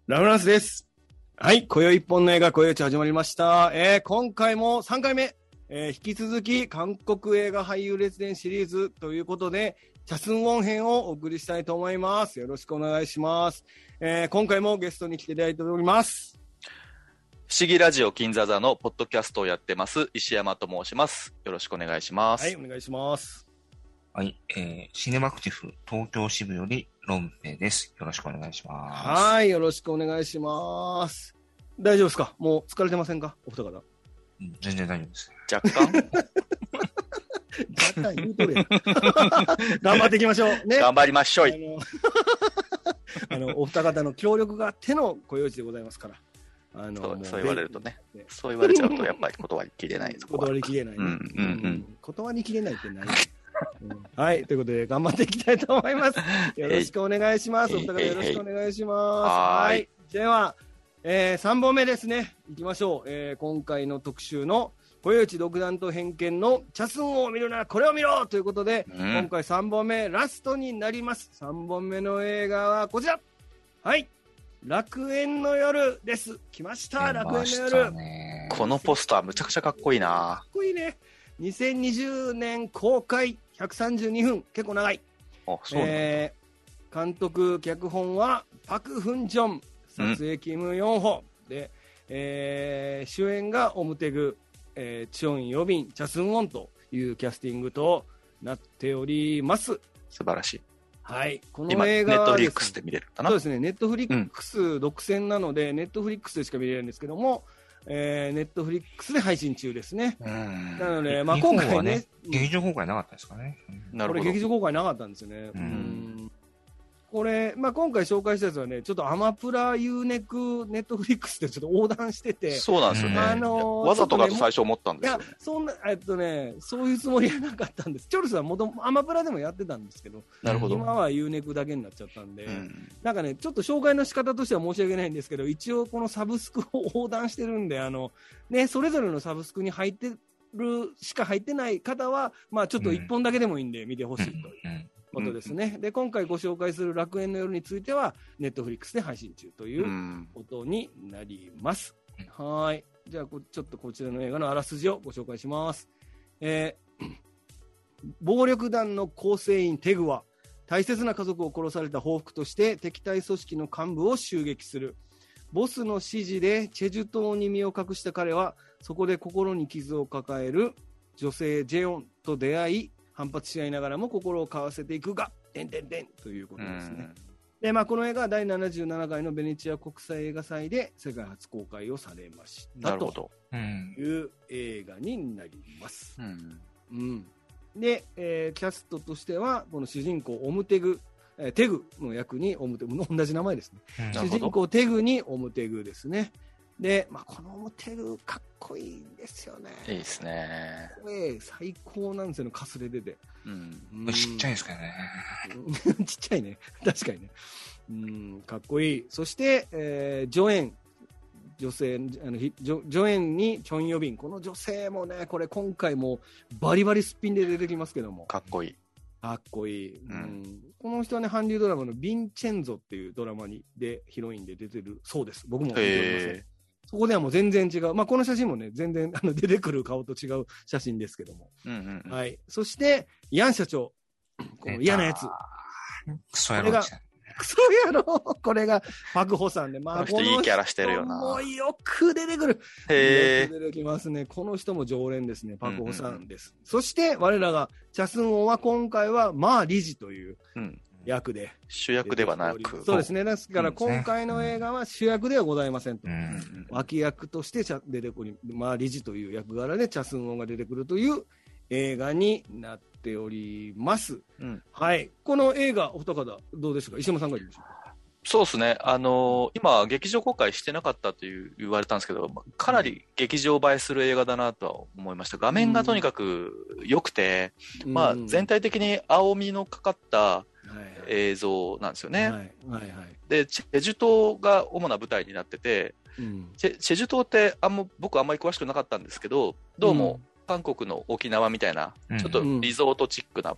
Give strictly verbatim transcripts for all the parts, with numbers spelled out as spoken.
ラフランスです。はい、今宵一本の映画、今宵一始まりました。えー、今回もさんかいめ、えー、引き続き韓国映画俳優列伝シリーズということで、チャスンウォン編をお送りしたいと思います。よろしくお願いします。えー、今回もゲストに来ていただいております。 不思議ラジオ金座座のポッドキャストをやってます石山と申します。よろしくお願いします。 はい、お願いします。 はい、えー、シネマクティフ東京支部よりロンペです。よろしくお願いします。 はい、よろしくお願いします。大丈夫ですか？もう疲れてませんか？お二方。 うん、全然大丈夫です。 若干若干言うとるやん。頑張っていきましょう。ね。 頑張りましょう。 あの、あのお二方の協力があってのご用意でございますから。あのそう、そう言われるとね。そう言われちゃうとやっぱり断りきれない。 断りきれない、ね。 うんうんうん。 断りきれないって何？うん、はい、ということで頑張っていきたいと思います。よろしくお願いします。お二方よろしくお願いします。はい。では、えー、さんぼんめですね。いきましょう。えー、今回の特集の今宵一独断と偏見のチャスンを見るならこれを見ろということで、うん、今回さんぼんめラストになります。さんぼんめの映画はこちら。はい。楽園の夜です。来ました。楽園の夜。 このポスターむちゃくちゃかっこいいな。 かっこいいね。にせんにじゅうねん公開ひゃくさんじゅうにふん、結構長い。 あ、そうなんだ。えー、監督脚本はパク・フンジョン、撮影キム・ヨンホで、えー、主演がオムテグ、えー、チョン・ヨビン、チャスンウォンというキャスティングとなっております。 素晴らしい。 はい、この映画は、 ネットフリックスで見れるかな。 そうですね、ネットフリックス独占なので、うん、ネットフリックスでしか見れるんですけども、えー、ネットフリックスで配信中ですね。 うんなので、まあ、今回はね、 劇場公開なかったですかね。 なるほど。これ劇場公開なかったんですよね。うんうんこれ、まあ、今回紹介したやつはね、ちょっとアマプラ、ユーネク、ネットフリックスでちょっと横断してて。 そうなんですよね。あのー、わざとかと最初思ったんですよ、ね。 いや、そんな、えっとね、そういうつもりはなかったんです。チョルスは元アマプラでもやってたんですけど、 なるほど。 今はユーネクだけになっちゃったんで、うん、なんかね、ちょっと紹介の仕方としては申し訳ないんですけど、一応このサブスクを横断してるんで、あの、ね、それぞれのサブスクに入ってるしか入ってない方は、まあちょっと一本だけでもいいんで見てほしいという。うんうんことですね、うん、で今回ご紹介する楽園の夜についてはネットフリックスで配信中ということになります、うん、はいじゃあちょっとこちらの映画のあらすじをご紹介します、えー、暴力団の構成員テグは大切な家族を殺された報復として敵対組織の幹部を襲撃する。ボスの指示でチェジュ島に身を隠した彼はそこで心に傷を抱える女性ジェヨンと出会い反発し合いながらも心を交わせていくが、てんてんてんということですね。で、まあ、この映画はだいななじゅうななかいのベネチア国際映画祭で世界初公開をされましたという映画になります。うんうん、で、えー、キャストとしては、この主人公オムテグ、えー、テグの役にオムテグ、同じ名前ですね。主人公テグにオムテグですね。で、まあ、このオムテグかっこいいんですよね。 いいですね。 声最高なんですよね、かすれ出て。 うん。ちっちゃいですかね。 ちっちゃいね。確かにね。うん、かっこいい。そして、えー、ジョエン。女性、あのジョ、ジョエンにチョンヨビン。この女性もね、これ今回もバリバリすっぴんで出てきますけども。 かっこいい。 かっこいい。うん、この人はね、韓流ドラマのヴィンチェンゾっていうドラマにでヒロインで出てるそうです。僕も見ておりません。そこではもう全然違う。まあ、この写真もね、全然あの出てくる顔と違う写真ですけども。 うんうんうん、 はい。そして、ヤン社長。この嫌なやつ。 クソ野郎ですね。 クソ野郎これがパクホさんで。 まあ、この人いいキャラしてるよな。 もうよく出てくる。 へー。 よく出てきますね。この人も常連ですね。パクホさんです。うんうんうん、そして、我らが、チャスンオンは今回は、まあ、理事という。うん役で主役ではなくそうですね。ですから今回の映画は主役ではございませんと、うん、脇役として出てくる、まあ、理事という役柄でチャスンオンが出てくるという映画になっております、うん、はいこの映画お二方どうでしょうか。石山さんが言いましょうか。 そうですね、あのー、今劇場公開してなかったという言われたんですけどかなり劇場映えする映画だなとは思いました。画面がとにかく良くて、うんまあ、全体的に青みのかかった映像なんですよね、はいはいはい、でチェジュ島が主な舞台になってて、うん、チェ、チェジュ島ってあんま僕あんまり詳しくなかったんですけどどうも韓国の沖縄みたいな、うん、ちょっとリゾートチックな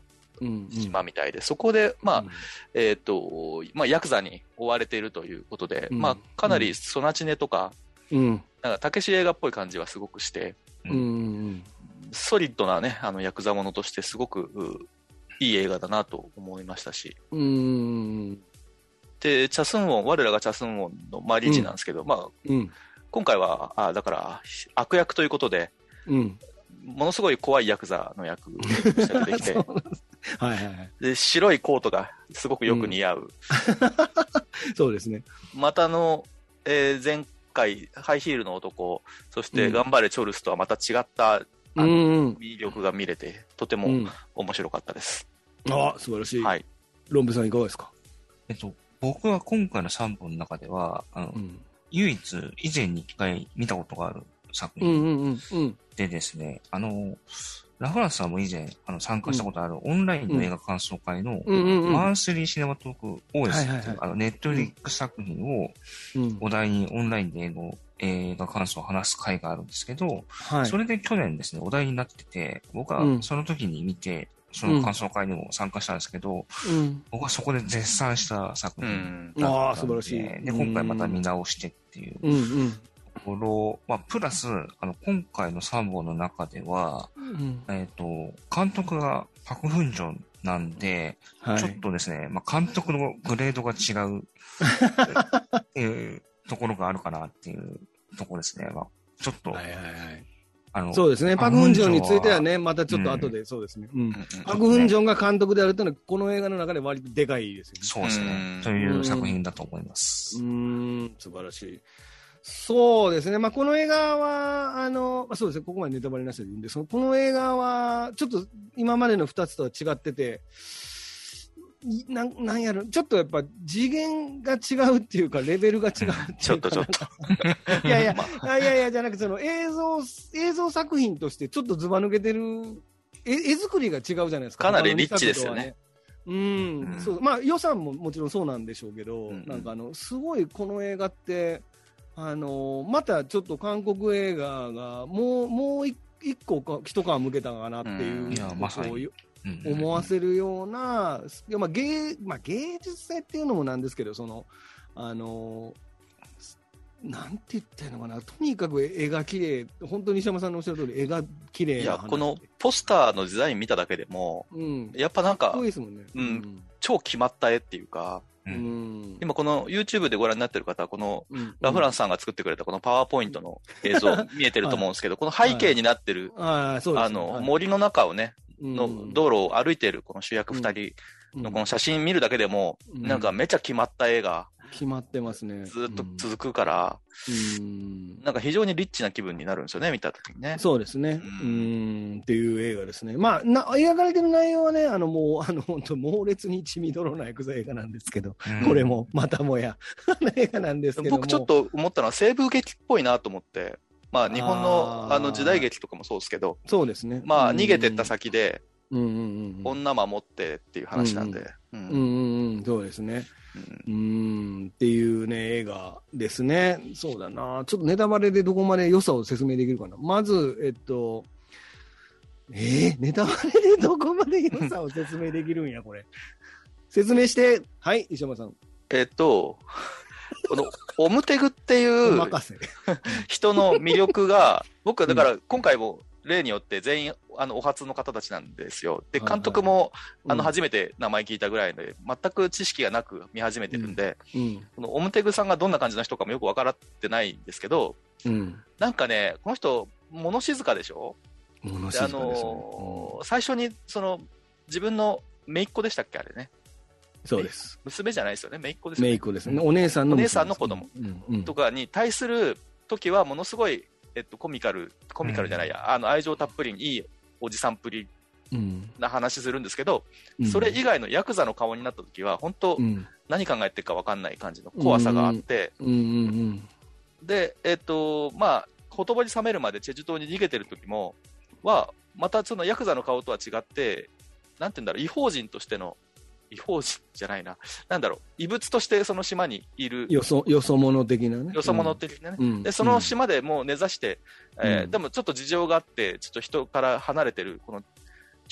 島みたいで、そこで、まあ、 うんえっと、まあ、ヤクザに追われているということで、 うんまあ、かなりソナチネとか、 うんなんか、たけし映画っぽい感じはすごくして、 うんうんソリッドなね、あの、ヤクザものとしてすごく、ういい映画だなと思いましたし。 うんうんで、チャスンウォン、我らがチャスンウォンのマリージなんですけど、まあ、 うん今回は、あだから、悪役ということで、 うんものすごい怖いヤクザの役として出てきて、 はいはいはいで、白いコートがすごくよく似合う。 そうですね。 またあの、えー前回、ハイヒールの男、そして頑張れチョルスとはまた違った、あのうんうん魅力が見れて、とてもうん面白かったです。 あ、素晴らしい。 はい。 ロンベさんいかがですか？ えっと、僕は今回のさんぼんの中では、あの、 うん唯一以前にいっかい見たことがある作うん品うんうんでですね、あの、ラフランスさんも以前あの参加したことあるオンラインの映画感想会のうんうんうんマンスリーシネマトーク オーエス っていう、 はいはいはいあのネットフリックス作品をうんお題にオンラインで英語、映画感想を話す会があるんですけど、 はい。 それで去年ですね、お題になってて、僕はうんその時に見て、その感想会にも参加したんですけど、 うん僕はそこで絶賛した作う品ん。 だったんで、 あー素晴らしいで、今回また見直してっていううんうんところ、まあ、プラス、あの、今回のさんぼんの中では、 うんえっ、と、監督がパク・フンジョンなんで、 はい。 ちょっとですね、まあ、監督のグレードが違う、えーところがあるかなっていうところですね。まあ、ちょっと、 はいはいはい。 あの、 そうですね。パク・フンジョンについてはね、 パまたちょっと後で、そうですね。うんうんパク・フンジョンが監督であるというのは、この映画の中で割とでかいですよね。 そうですうねん。 という作品だと思います。 うーん、素晴らしい。そうですね。まあ、この映画は、あの、まあそうですね。ここまでネタバレなしで言うんで、その、この映画は、ちょっと今までの二つとは違ってて、いなん、なんやろ、ちょっとやっぱ次元が違うっていうか、レベルが違うっていうか。 ちょっとちょっと。 いやいや、いやいやいや、じゃなくて、その映像、映像作品としてちょっとずば抜けてる、絵絵作りが違うじゃないですか。 かなりリッチですよね。 うん、 うんそう、まあ予算ももちろんそうなんでしょうけど、 うんうんなんかあの、すごいこの映画って、あの、またちょっと韓国映画が、もう、もう一一個か、一皮向けたかなっていう、 うんいやまさにこううん思わせるような、いやまあ芸まあ、芸術性っていうのもなんですけど、その、あの、なんて言ったらいいのかな、とにかく絵が綺麗、本当に西山さんのおっしゃる通り、絵が綺麗な話。 いや、このポスターのデザイン見ただけでも、 うん、 やっぱなんかかっこいい、ですもんね。 うん超決まった絵っていうか、 ううんん。 今この YouTube でご覧になってる方は、このうんラフランスさんが作ってくれたこのパワーポイントの映像見えてると思うんですけど、この背景になってる、 ああ、そうですね。 あの、 はい森の中をね、のうん道路を歩いているこの主役二人のこの写真見るだけでも、 うんなんかめちゃ決まった絵が決まってますね。 ずっと続くから、 うん。 なんか非常にリッチな気分になるんですよね、見たときにね。 そうですね。 ううんん、っていう映画ですね。まあ、な描かれてる内容はね、あの、もう、あの、本当猛烈に血みどろなヤクザ映画なんですけど、 うんこれも、またもや、映画なんですけども。 僕ちょっと思ったのは西部劇っぽいなと思って、まあ日本のあーあの時代劇とかもそうですけど、 そうですね。 まあうん逃げてった先でうんうんうんうん。 女守ってっていう話なんで、ううんんうんうん、そうですね。うん、っていうね、映画ですね。そうだな。ちょっとネタバレでどこまで良さを説明できるかな。まず、えっと、えー、ネタバレでどこまで良さを説明できるんや、これ。説明して、はい、石山さん。 えっと、このオムテグっておいう任せ。 人の魅力が、僕はだから今回も例によって全員あのお初の方たちなんですよ。で、監督もあの初めて名前聞いたぐらいで、全く知識がなく見始めてるんで、 うん。 このオムテグさんがどんな感じの人かもよく分からってないんですけど、 うん。 なんかね、この人、物静かでしょであもの静かですね。 のー最初にその自分の姪っ子でしたっけ、あれね。 そうです。 娘じゃないですよね、姪っ子ですよね。 メイクですね。お姉さんのお姉娘です。 さんの子供うんうんとかに対する時はものすごい、えっと、コミカル、コミカルじゃないや、あの愛情たっぷりにいいおじさんっぷりうんな話するんですけど、 うんそれ以外のヤクザの顔になった時は、本当、 うん何考えてるか分かんない感じの怖さがあって、 うんうんで、えっと、まあ、ほとぼり冷めるまでチェジュ島に逃げてる時も、は、またそのヤクザの顔とは違って、なんて言うんだろう、異邦人としての、異邦人じゃないな、なんだろう、異物としてその島にいる、 よそ、よそ者的なね。 よそ者的なね、 うんで、その島でもう根ざして、えーうんでもちょっと事情があって、ちょっと人から離れてる、この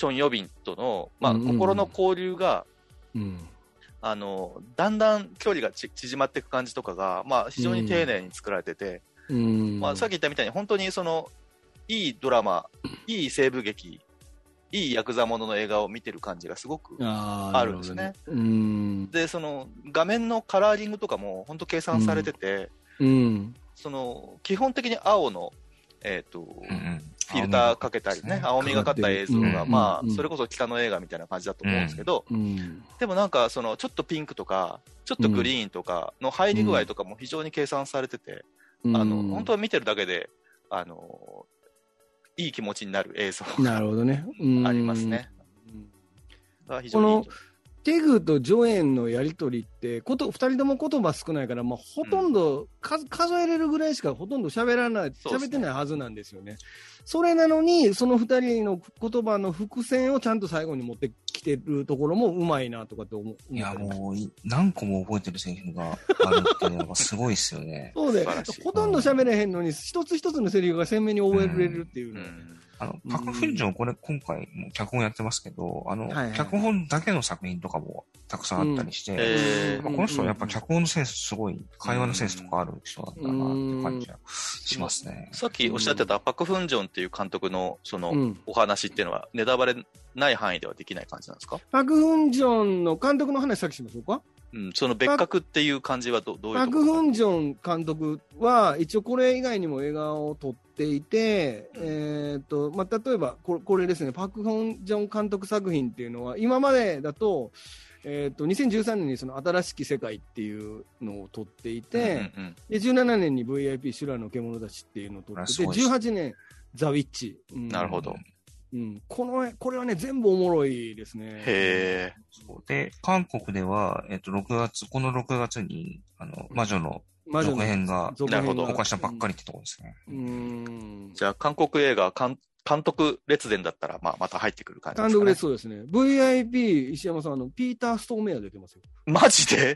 チョン・ヨビンとの、まあ、 うんうん心の交流が、 うんあのだんだん距離がち縮まっていく感じとかが、まあ、非常に丁寧に作られてて、 うんまあ、さっき言ったみたいに本当にそのいいドラマ、いい西部劇、いいヤクザものの映画を見てる感じがすごくああるんですね。 うんでその画面のカラーリングとかも本当計算されてて、 うん、 その基本的に青の、えーとうんうんフィルターかけたりね、青みがかった映像が、 うんまあ、 うんそれこそ北の映画みたいな感じだと思うんですけど、 うんでもなんかそのちょっとピンクとかちょっとグリーンとかの入り具合とかも非常に計算されてて、 うん、 あの本当は見てるだけであのいい気持ちになる映像なるほどね、うん、 がありますね。 うん、 非常にいいこのテグとジョエンのやりとりってことふたりとも言葉少ないから、まあ、ほとんど数、うん、数えれるぐらいしかほとんど喋らない喋ってないはずなんですよね。それなのにそのふたりの言葉の伏線をちゃんと最後に持ってきてるところもうまいなとかって思う。 いやもう何個も覚えてるセリフがあるっていうのがすごいですよね。 そうでほとんど喋れへんのに一つ一つのセリフが鮮明に覚えられるっていうの、うんうんあの、パク・フンジョン、これ、今回も脚本やってますけど、あの、 はいはい、 脚本だけの作品とかもたくさんあったりして、 うんまあ、この人はやっぱ脚本のセンスすごい、会話のセンスとかある人なんだなって感じがしますね。 さっきおっしゃってたパク・フンジョンっていう監督のそのお話っていうのはネタバレない範囲ではできない感じなんですか？ パク・フンジョンの監督の話さっきしましょうか。 うん、その別格っていう感じは ど, どういうところ？ パク・フンジョン監督は一応これ以外にも映画を撮っていて、えーとまあ、例えばこれ、これですね、パク・フンジョン監督作品っていうのは今までだと、えーとにせんじゅうさんねんにその新しき世界っていうのを撮っていて、うんうんうん、でじゅうななねんに ブイアイピー 修羅の獣たちっていうのを撮ってて、じゅうはちねんザ・ウィッチ、うん、 なるほど。 うん、このこれはね全部おもろいですね。 へー。で韓国では、えっと、ろくがつこのろくがつにあの魔女の続編が公開したばっかりってところですね。 うんうんじゃあ韓国映画監監督列伝だったら、まあ、また入ってくる感じですかね。 監督列そうですね。ブイアイピー 石山さんあのピーター・ストーメア出てますよ。 マジで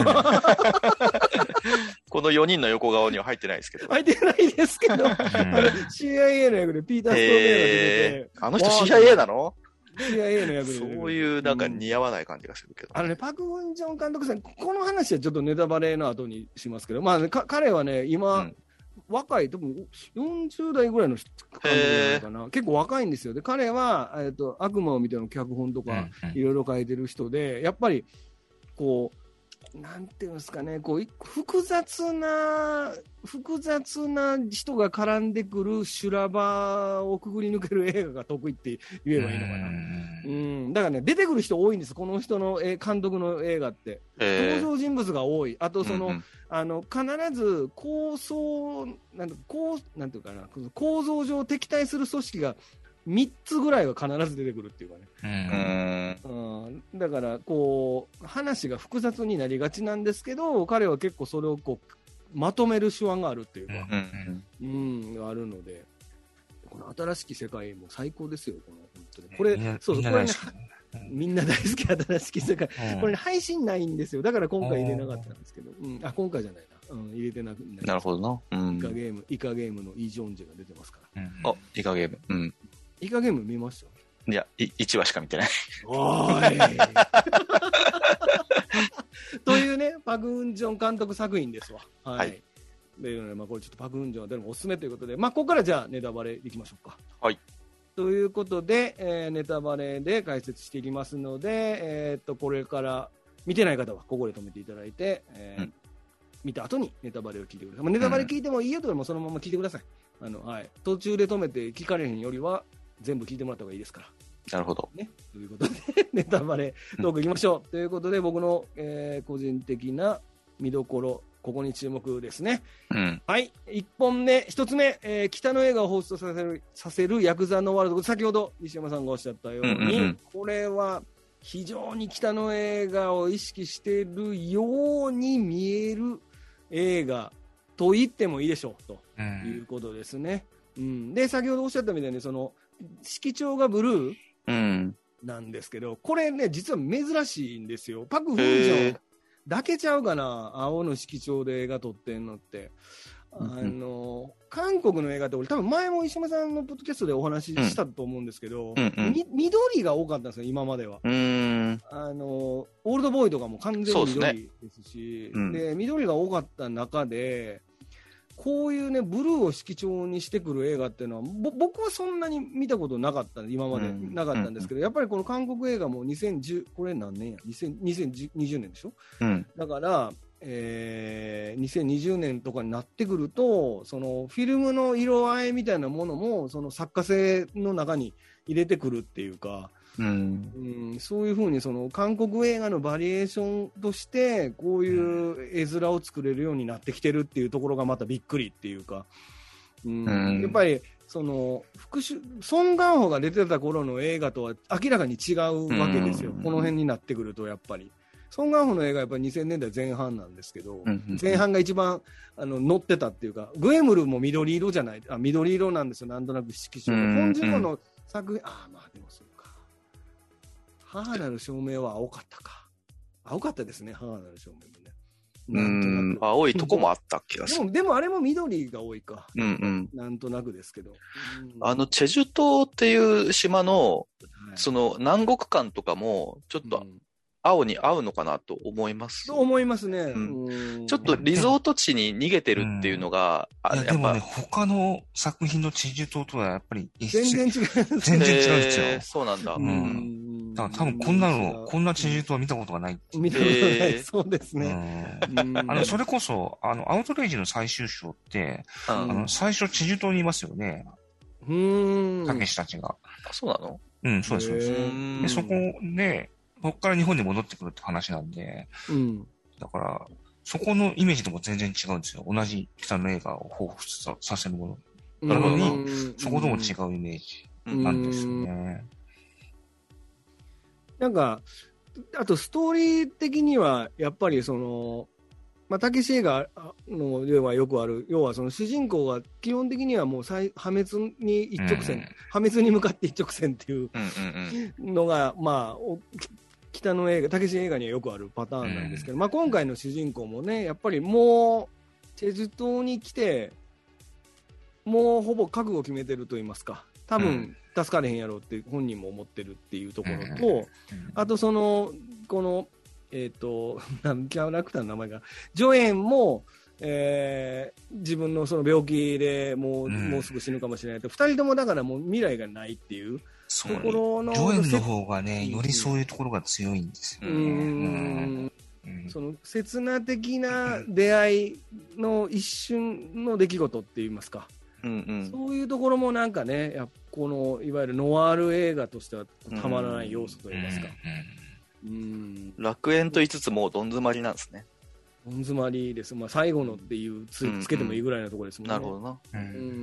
このよにんの横顔には入ってないですけど。 入ってないですけど、シーアイエー の役でピーター・ストーメアが出てて、 あの人 シーアイエー なの？ シーアイエー の役で。 そういうなんか似合わない感じがするけど、ねうん。あのね、パク・フンジョン監督さん、この話はちょっとネタバレの後にしますけど、まあ、ね、か彼はね、今、うん若い、多分よんじゅう代ぐらいの監督なのかな、結構若いんですよ。で、彼は、えーと、悪魔を見ての脚本とか、いろいろ書いてる人で、やっぱり、こう、なんていうんですかね、こう、複雑な、複雑な人が絡んでくる修羅場をくぐり抜ける映画が得意って言えばいいのかな。うん、だからね、出てくる人多いんです、この人の監督の映画って。登場人物が多い。あと、その、うんうん、あの必ず構想なんてこうなんていうかな構造上敵対する組織がみっつぐらいは必ず出てくるっていうかね、うん、うん、だからこう話が複雑になりがちなんですけど彼は結構それをこうまとめる手腕があるっていうか、うんうんうん、あるのでこの新しき世界も最高ですよ。この本当にこれそうそうこれねみんな大好き新しき世界、うん、これ、ね、配信ないんですよ。だから今回入れなかったんですけど、うん、あ今回じゃないな、うん、入れてなくななるほどな、うん、 イカゲームイカゲームのイ・ジョンジェが出てますから、 うん、あイカゲーム、うん、 イカゲーム見ました？ いやいいちわしか見てないおーいというねパク・ウンジョン監督作品ですわ。はい、はい、で、まあ、これちょっとパク・ウンジョンは誰もおすすめということで、まあ、ここからじゃあネタバレいきましょうか。 はいということで、えー、ネタバレで解説していきますので、えー、っとこれから見てない方はここで止めていただいて、えーうん、見た後にネタバレを聞いてください。まあ、ネタバレ聞いてもいいよとでもそのまま聞いてください。あの、はい、途中で止めて聞かれへんよりは全部聞いてもらった方がいいですから。 なるほど。 ね、ということでネタバレトークいきましょう、うん、ということで僕の、えー、個人的な見どころここに注目ですね、 うん、 はいいっぽんめひとつめ、えー、北の映画を放出させるさせるヤクザのワールド、先ほど西山さんがおっしゃったように、うんうんうん、これは非常に北の映画を意識しているように見える映画と言ってもいいでしょうということですね、うんうん、で先ほどおっしゃったみたいにその色調がブルー、 うんなんですけど、これね実は珍しいんですよ。パク・フンジョンだけちゃうかな、青の色調で映画撮ってんのって。 あの韓国の映画って俺多分前も石山さんのポッドキャストでお話ししたと思うんですけど、 うんうん、 み緑が多かったんですよ今までは。 うーんあのオールドボーイとかも完全に緑ですし、で、ねうん、で緑が多かった中でこういうねブルーを色調にしてくる映画っていうのは僕はそんなに見たことなかった今までなかったんですけど、うん、やっぱりこの韓国映画もにせんじゅうこれ何年やにせんにじゅうねんでしょ、うん、だからえー、にせんにじゅうねんとかになってくるとそのフィルムの色合いみたいなものもその作家性の中に入れてくるっていうか、うんうん、そういうふうにその韓国映画のバリエーションとしてこういう絵面を作れるようになってきてるっていうところがまたびっくりっていうか、うんうん、やっぱりその復讐ソン・ガンホが出てた頃の映画とは明らかに違うわけですよ、この辺になってくるとやっぱり。ソン・ガンホの映画はやっぱりにせんねんだいぜん半なんですけど、うんうん、前半が一番あの乗ってたっていうか、グエムルも緑色じゃない、あ緑色なんですよ、なんとなく色調。本次郎の作品、ああ、まあでもそうか。母なる証明は青かったか。青かったですね、母なる証明もね。 うん青いとこもあった気がする。 でも、でもあれも緑が多いか。 うんうん、 なんとなくですけど。 うん、あの、チェジュ島っていう島の、はい、その南国感とかも、ちょっと、うん青に合うのかなと思います。 と思いますね、 うん。ちょっとリゾート地に逃げてるっていうのが、 うん、いやでもね、他の作品のチェジュ島とはやっぱり全然違う。 全然違うんですよ。 えー、そうなんだ。 うん。だから多分こんなの、こんなチェジュ島は見たことがない。 見たことない。えー、そうですね。 うん、あの、それこそ、あの、アウトレイジの最終章って、うん、あの、最初チェジュ島にいますよね。 うん。 たけしたちが。 あ、そうなの？ うん、そうです、そうです。で、そこで、ここから日本に戻ってくるって話なんで、うん、だから、そこのイメージとも全然違うんですよ。同じ北の映画を彷彿させるもの。なのに、そことも違うイメージなんですよね。 なんか、あとストーリー的には、やっぱりその、まあ、たけし映画のではよくある、要はその主人公が基本的にはもう破滅に一直線、うん、破滅に向かって一直線っていうのが、まあ、北の映画、たけし映画にはよくあるパターンなんですけど、うんまあ、今回の主人公もね、やっぱりもう、チェジュ島に来て、もうほぼ覚悟決めてると言いますか、多分助かれへんやろうって本人も思ってるっていうところと、うん、あとその、この、えっと、キャラクターの名前が、ジョエンも、えー、自分のその病気でもう、うん、もうすぐ死ぬかもしれないと、二人ともだからもう未来がないっていう。 ところのジョエンの方がね、よりそういうところが強いんですよね。うんうん、その刹那的な出会いの一瞬の出来事って言いますか、うんうん、そういうところもなんかね、やこのいわゆるノワール映画としてはたまらない要素と言いますか。 うんうん、楽園と言いつつもうどん詰まりなんですね。 どん詰まりです。まあ、最後のっていうつ、つけてもいいぐらいのところですもんね。 なるほどな。 うん、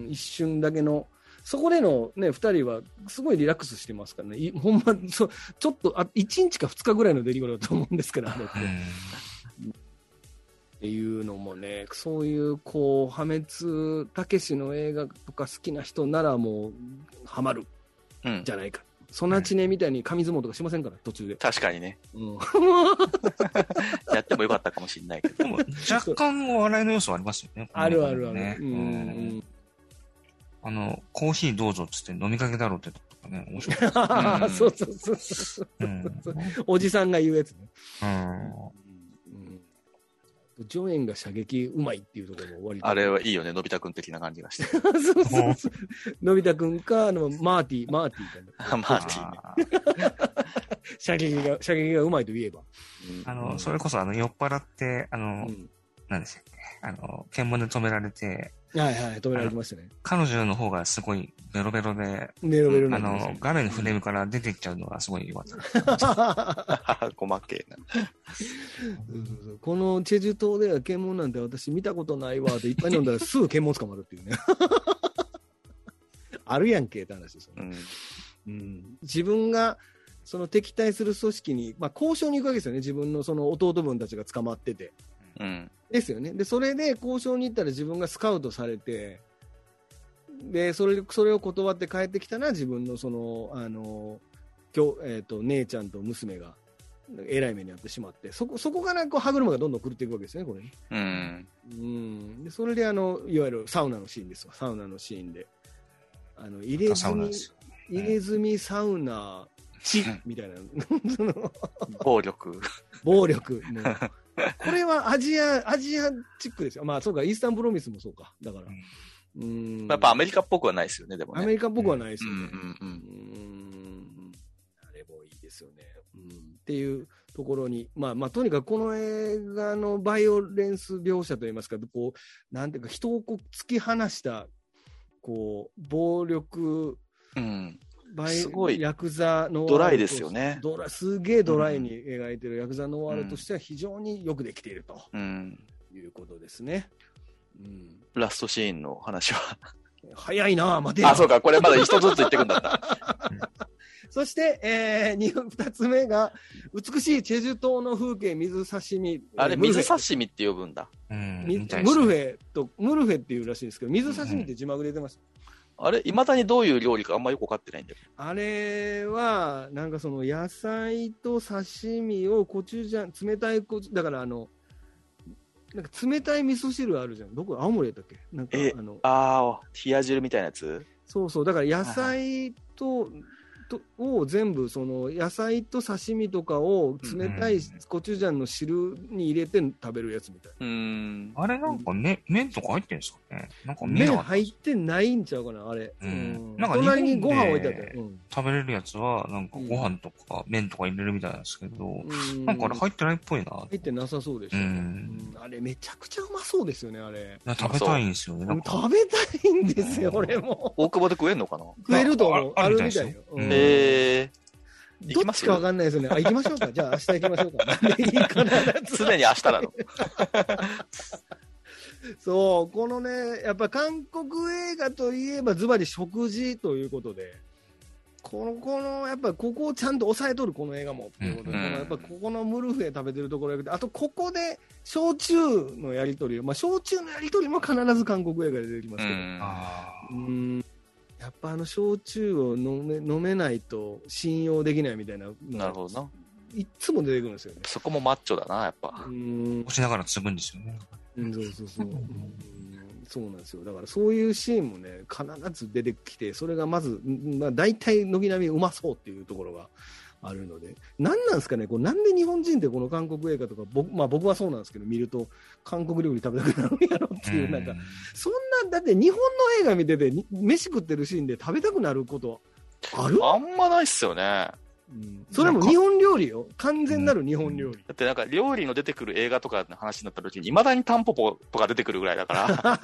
一瞬だけの。そこでのね、二人はすごいリラックスしてますからね。ほんま、そちょっと、あ、一日か二日ぐらいの出来事だと思うんですけど、あれって。っていうのもね、そういう、こう、破滅、たけしの映画とか好きな人ならもう、ハマる。じゃないか。うん、そんなちねみたいに紙相撲とかしませんから、途中で。 確かにね。うん、やってもよかったかもしれないけど。 でも、若干笑いの要素はありますよね。 あるあるある。 ね、うんうんあの、コーヒーどうぞっつって飲みかけだろうってとかね、面白い。 うん、そうそうそうそう、うん。おじさんが言うやつね。うん、ジョエンが射撃うまいっていうところも割と。 あれはいいよね、のび太くん的な感じがして。 そうそうそう。のび太くんか、あの、マーティー、マーティーかな。 マーティーね。 射撃が、射撃がうまいと言えば。 あの、それこそあの、酔っ払って、あの、うん、なんでしたっけ、あの、検問で止められて、 はいはい、止められてましたね。 彼女の方がすごいベロベロで、 ベロベロあの、画面のフレームから出てきちゃうのがすごい良かった。 細けえな。 このチェジュ島では検問なんて私見たことないわっていっぱい飲んだらすぐ検問捕まるっていうね。あるやんけって話ですよね。うんうん、自分がその敵対する組織に、まあ、交渉に行くわけですよね。自分のその弟分たちが捕まってて。うん、ですよね。で、それで交渉に行ったら自分がスカウトされて、で、それ、それを断って帰ってきたら自分のその、あの、今日、えっと、姉ちゃんと娘がえらい目に遭ってしまって、そこ、そこからこう歯車がどんどん狂っていくわけですね、これね。 うん。 うん。で、それであの、いわゆるサウナのシーンですわ、サウナのシーンで。あの、入れ墨、入れ墨サウナ、血みたいな。その暴力。 暴力。もうこれはアジア、アジアチックですよ。まあそうか、イースタンプロミスもそうか。だから。 うん。やっぱアメリカっぽくはないですよね、でもね。 アメリカっぽくはないですよね。うんうんうん。 うんあれもいいですよね。うん。っていうところに、まあまあとにかくこの映画のバイオレンス描写といいますか、こう、なんていうか人をこう突き放した、こう、暴力、 うん。 バイすごいヤクザのドライですよね。 ドラすげえドライに描いてるヤクザノワールとしては非常によくできていると、うん、いうことですね、 うん。ラストシーンの話は早いな、待てよ。あ、そうか、これまだ一つずつ言ってくんだった。 そして、えー、二, 二つ目が美しいチェジュ島の風景水刺身。 あれ水刺身って呼ぶんだ。 うん、ムルフェとムルフェっていうらしいんですけど、水刺身って字幕で出てました。うんあれ、未だにどういう料理かあんまよく分かってないんだよ。 あれは、なんかその野菜と刺身をコチュジャン、冷たいコチュだからあの、なんか冷たい味噌汁あるじゃん。どこ、青森やったっけなんかあの、 ああ、冷や汁みたいなやつそうそう。だから野菜と、とを全部その野菜と刺身とかを冷たいコチュジャンの汁に入れて食べるやつみたいな。 うん。 あれなんかね、麺とか入ってるんですかね。なんか麺入ってないんちゃうかなあれ。 うん。なんか隣にご飯置いてあったよ。 食べれるやつはなんかご飯とか麺とか入れるみたいなんですけど、うん、なんかあれ入ってないっぽいな。 入ってなさそうでしょ。うん。あれめちゃくちゃうまそうですよねあれ。 食べたいんですよね。 食べたいんですよ俺も。 大久保で食えんのかな。 食えると思う。あるみたいよ。 へえ。 どっちかわかんないですよね。あ、行きましょうか。じゃあ明日行きましょうか。なんでいいかな。 常に明日なの。 そう、このね、やっぱ韓国映画といえばズバリ食事ということで、この、この、やっぱここをちゃんと抑えとる、この映画も。っていうことで、うん、やっぱここのムルフェ食べてるところやあとここで焼酎のやりとり、まあ焼酎のやりとりも必ず韓国映画で出てきますけど。うん。うんやっぱあの焼酎を飲め、飲めないと信用できないみたいな。 なるほどな。 いつも出てくるんですよね。 そこもマッチョだな、やっぱ。 うん。押しながら継ぐんですよね。 うん、そうそうそう。うん、そうなんですよ。だからそういうシーンもね、必ず出てきて、それがまず、まあ大体軒並みうまそうっていうところがあるので、なんなんですかね、こうなんで日本人ってこの韓国映画とか、僕、まあ僕はそうなんですけど、見ると韓国料理食べたくなるんやろっていう、なんか、そんな、だって日本の映画見てて、飯食ってるシーンで食べたくなることある？ あんまないっすよね。 うん、それも日本料理よ。完全なる日本料理。 だってなんか料理の出てくる映画とかの話になった時に、いまだにタンポポとか出てくるぐらいだから、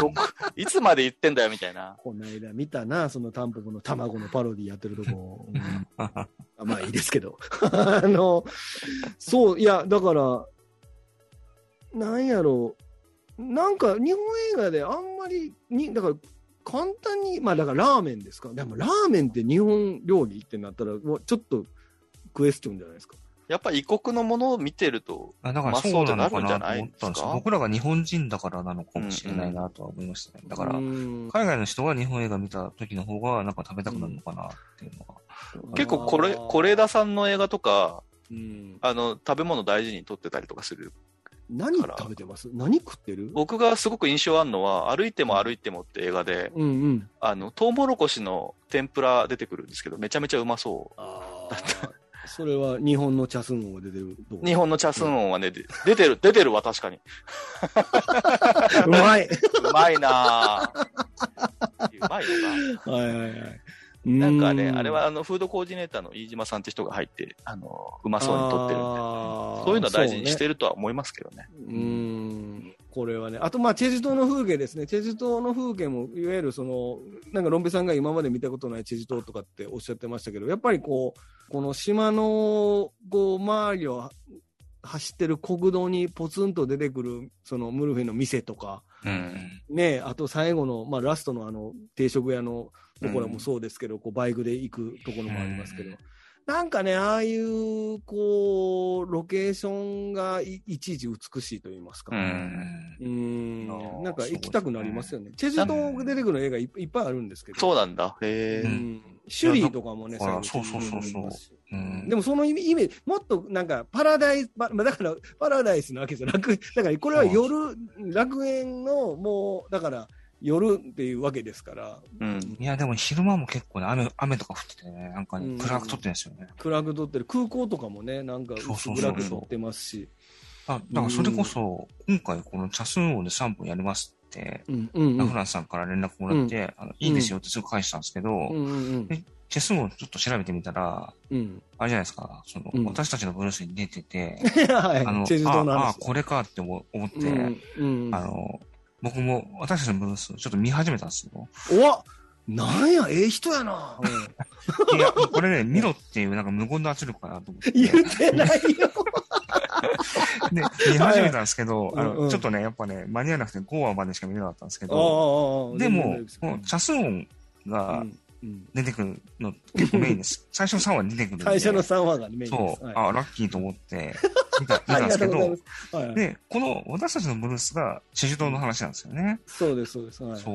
いつまで言ってんだよみたいな。 この間見たな、そのタンポポの卵のパロディやってるとこ。うん、まあいいですけど。あの、そう、いや、だから、なんやろう。なんか日本映画であんまりに、だから、簡単に、まあだからラーメンですか。でもラーメンって日本料理ってなったら、ちょっとクエスチョンじゃないですか。 やっぱ異国のものを見てると、 あだからそうなのかなと思ったんですよ。僕らが日本人だからなのかもしれないなとは思いましたね。だから、海外の人が日本映画見た時の方がなんか食べたくなるのかなっていうのが。 うん、結構これ、是枝さんの映画とか、うん、あの、食べ物大事に撮ってたりとかする。 何食べてます？何食ってる？ 僕がすごく印象あるのは、歩いても歩いてもって映画で、うんうん、あの、トウモロコシの天ぷら出てくるんですけど、めちゃめちゃうまそうだった。 それは日本のチャスン音が出てる？ 日本のチャスン音はね、出てる、出てるわ、確かに。 うまい。 うまいなぁ。うまいのか。はいはいはい。なんかね、あれはあのフードコーディネーターの飯島さんって人が入って、あの、うまそうに撮ってるんで、そういうのは大事にしてるとは思いますけどね。 う、ね、ん。これはね、あとまあチェジュ島の風景ですね。チェジュ島の風景も、いわゆるその、なんかロンペさんが今まで見たことないチェジュ島とかっておっしゃってましたけど、やっぱりこう、この島の、こう、周りを走ってる国道にポツンと出てくる、そのムルフェの店とか、うん、ね、あと最後の、まあラストのあの、定食屋のところもそうですけど、うん、こうバイクで行くところもありますけど、うん、なんかね、ああいう、こう、ロケーションが い, いちいち美しいと言いますか、うん、うんなんか行きたくなりますよね。チェジュ島出てくる映画いっぱいあるんですけど。 そうなんだ。へー。うんシュリーとかもね、 そうそうそうそう。 うん、でもその意味、意味、もっとなんかパラダイス、まあ、だからパラダイスなわけですよ。楽、だからこれは夜、楽園のもう、だから夜っていうわけですから。 うん。いや、でも昼間も結構ね、雨、雨とか降っててね、なんかね、暗く撮ってるんですよね。 暗く撮ってる。空港とかもね、なんか薄暗く撮ってますし。 あ、だからそれこそ、今回このチャスン王でさんぷんやりますって、うんうんうん、ラフランスさんから連絡もらって、うん、あのいいですよってすぐ返したんですけど、うんうんうん、チェスをちょっと調べてみたら、うん、あれじゃないですか、その、うん、私たちのブルースに出てて、はい、あの、ああ、これかって思って、うんうん、あの、僕も私たちのブルースちょっと見始めたんですよ。 おなんや、ええ人やな。 うん、いや、これね、見ろっていうなんか無言の圧力かなと思って。 言ってないよ。 で、見始めたんですけど、はい、あの、うんうん、ちょっとね、やっぱね、間に合わなくてごわまでしか見れなかったんですけど、でも、もうチャス音が出てくるの結構メインです。最初のさんわ出てくるんで。 最初のさんわがメインです。 そう、はい、あ、ラッキーと思って見た、見たんですけど、はい、で、この私たちのブルースがチェジュ島の話なんですよね。 そうです、そうです。 はい、そう。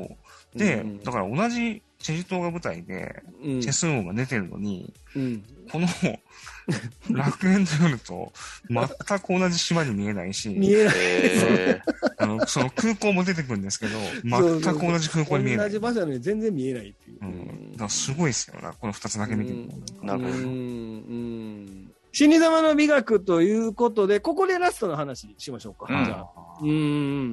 で、うんうん、だから同じチェジュ島が舞台で、チェス音が出てるのに、うん、この楽園と夜と全く同じ島に見えないし、 見えない。 あの、その空港も出てくるんですけど、全く同じ空港に見えない。 同じ場所なのに全然見えないっていう。 うん。だからすごいですよな、この二つだけ見てると。なるほど。うん。 死に様の美学ということで、ここでラストの話しましょうか。うん、じゃあ。うん。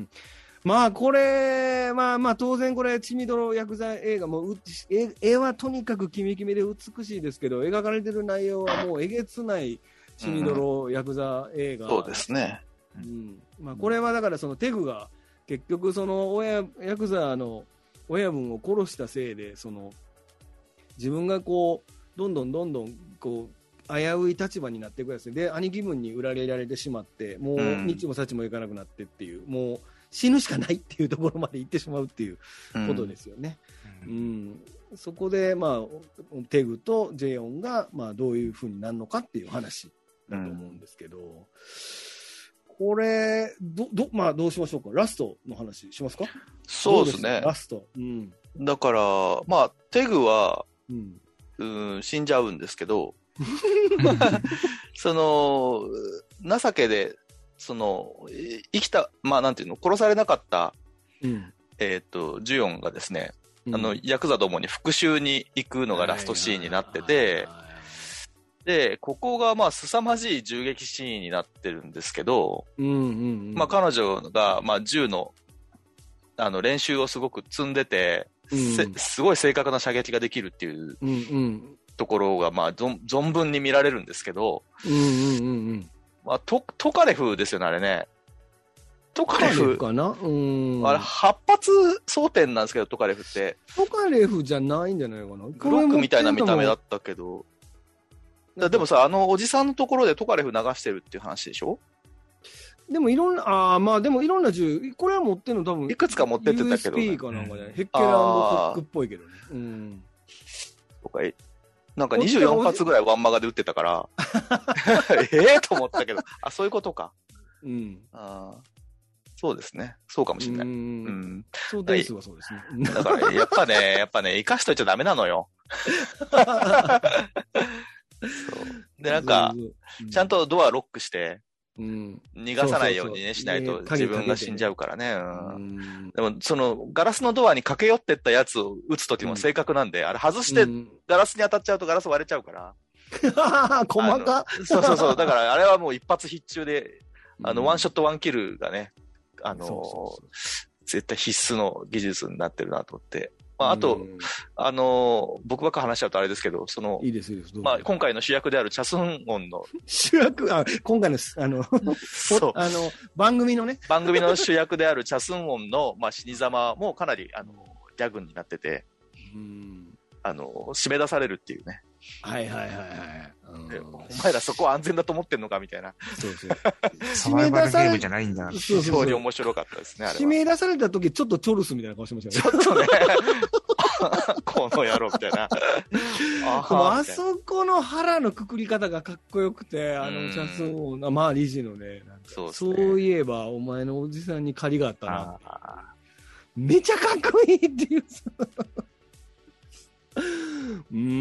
まあ、これ、まあまあ、当然これ、血みどろ薬剤映画も、絵、絵はとにかくキメキメで美しいですけど、描かれてる内容はもうえげつない血みどろ薬剤映画、 うん。そうですね。 うん。まあ、これはだからそのテグが、結局その親、ヤクザの親分を殺したせいで、その、自分がこう、どんどんどんどん、こう、危うい立場になっていくやつで、兄貴分に裏切られてしまって、もう、日も幸もいかなくなってっていう、もう、死ぬしかないっていうところまで行ってしまうっていうことですよね。うんうん、そこで、まあ、テグとジェヨンが、まあ、どういうふうになるのかっていう話だと思うんですけど、うん、これどど、まあ、どうしましょうか。ラストの話しますか。 そうですね。 ラスト、うん、 だから、まあ、テグは、うん、うん死んじゃうんですけどその情けでその生きた、まあなんていうの、殺されなかった、うん、えっと、ジュヨンがですね、うん、あの、ヤクザどもに復讐に行くのがラストシーンになってて、で、ここがまあ凄まじい銃撃シーンになってるんですけど、うんうんうん、まあ彼女が、まあ銃の、あの、練習をすごく積んでて、うん、すごい正確な射撃ができるっていう、うんうん、ところが、まあ、存分に見られるんですけど、うんうんうんうんまあ、ト, トカレフですよね、あれね。トカレフかな、うん、 あれ、はち発装填なんですけど、トカレフって。 トカレフじゃないんじゃないかな。 グロックみたいな見た目だったけど。でもさ、あのおじさんのところでトカレフ流してるっていう話でしょ。 でもいろんな、ああ、まあでもいろんな銃、これは持ってるの多分。 いくつか持ってってたけど、ね。 ユーエスピー かなんかじゃない。ヘッケランドコックっぽいけどね。うん。 とかなんかにじゅうよん発ぐらいワンマガで撃ってたから、ええと思ったけど、あ、そういうことか。うん。あそうですね。そうかもしれない。うん。うん、 そうですわ、そうですね。 だから、やっぱね、やっぱね、生かしといちゃダメなのよ。そうで、なんか、ちゃんとドアロックして、うん、逃がさないようにね、しないと自分が死んじゃうからね。うん、でも、その、ガラスのドアに駆け寄ってったやつを撃つときも正確なんで、うん、あれ外してガラスに当たっちゃうとガラス割れちゃうから。 細かそうそうそう。だからあれはもう一発必中で、あの、ワンショットワンキルがね、あのー、そうそうそう絶対必須の技術になってるなと思って。まあ、あと、あのー、僕ばっか話しちゃうとあれですけど、その、 いいです、いいです。 まあ、今回の主役であるチャスンオンの。 主役あ、今回の、あの、そう。あの、番組のね。 番組の主役であるチャスンオンの、まあ、死に様もかなり、あの、ギャグになってて、うんあの、締め出されるっていうね。 はいはいはいはい。 うん、お前らそこは安全だと思ってんのかみたいな。 そうそう。サバイバルゲームじゃないんだ。 非常に面白かったですね、あれは。 締め出された時ちょっとチョルスみたいな顔してましたよね。ちょっとね。この野郎みたいな。 あ, あそこの腹のくくり方がかっこよくて、あの、チャスオー、まあ、理事のね、なんかそうですね、そういえば、お前のおじさんに借りがあったな。めちゃかっこいいっていう。うー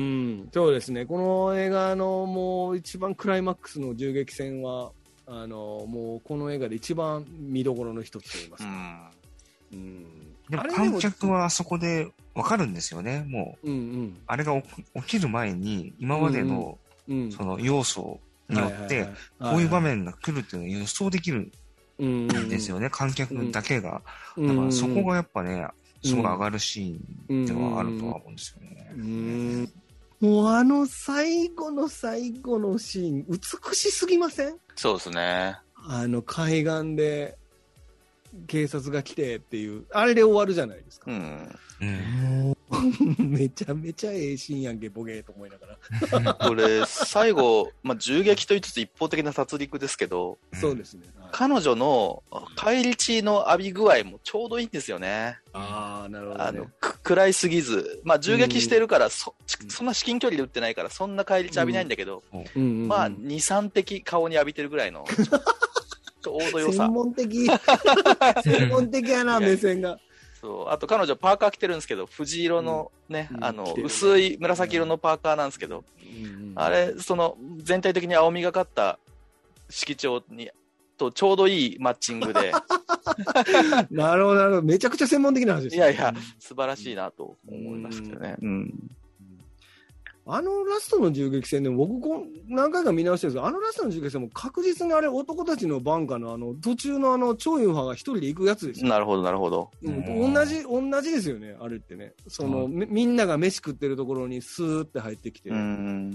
そうですね。この映画のもう一番クライマックスの銃撃戦は、あのもうこの映画で一番見どころの一つと言いますか。うん。うん、 でも観客はあそこでわかるんですよね。もう、うんうん、あれが起きる前に今までの、うんうん、その要素によってこういう場面が来るっていうのを予想できるんですよね。うんうん、観客だけが。だからそこがやっぱね、すごい上がるシーンってのはあるとは思うんですよね。うんうんもうあの最後の最後のシーン、美しすぎません？ そうですね。 あの海岸で警察が来てっていう、あれで終わるじゃないですか。うん。もうめちゃめちゃええシーンやんけ、ボケーと思いながら。 これ、最後、まあ、銃撃と言いつつ一方的な殺戮ですけど、 そうですね。 はい、彼女の返り血の浴び具合もちょうどいいんですよね。 ああ、なるほど、ね。 あの、暗いすぎず、まあ、銃撃してるからそ、うん、そんな至近距離で撃ってないから、そんな返り血浴びないんだけど、うん、まあ、に、さん滴顔に浴びてるぐらいの。ちょうど良さ。 専門的。専門的やな、目線が。 そう。あと彼女パーカー着てるんですけど、藤色のね、うん、あの、ね、薄い紫色のパーカーなんですけど、うん、あれ、その、全体的に青みがかった色調に、とちょうどいいマッチングで。 なるほど、なるほど。めちゃくちゃ専門的な話ですね。 いやいや、素晴らしいなと思いましたよね。うん。うんあのラストの銃撃戦でも僕こ何回か見直してるんですけど、あのラストの銃撃戦も確実にあれ男たちのバンカーのあの途中のあの超ユンファが一人で行くやつですよ。 なるほどなるほど、 うん、同じ同じですよねあれってね。その、うん、みんなが飯食ってるところにスーって入ってきて、うん、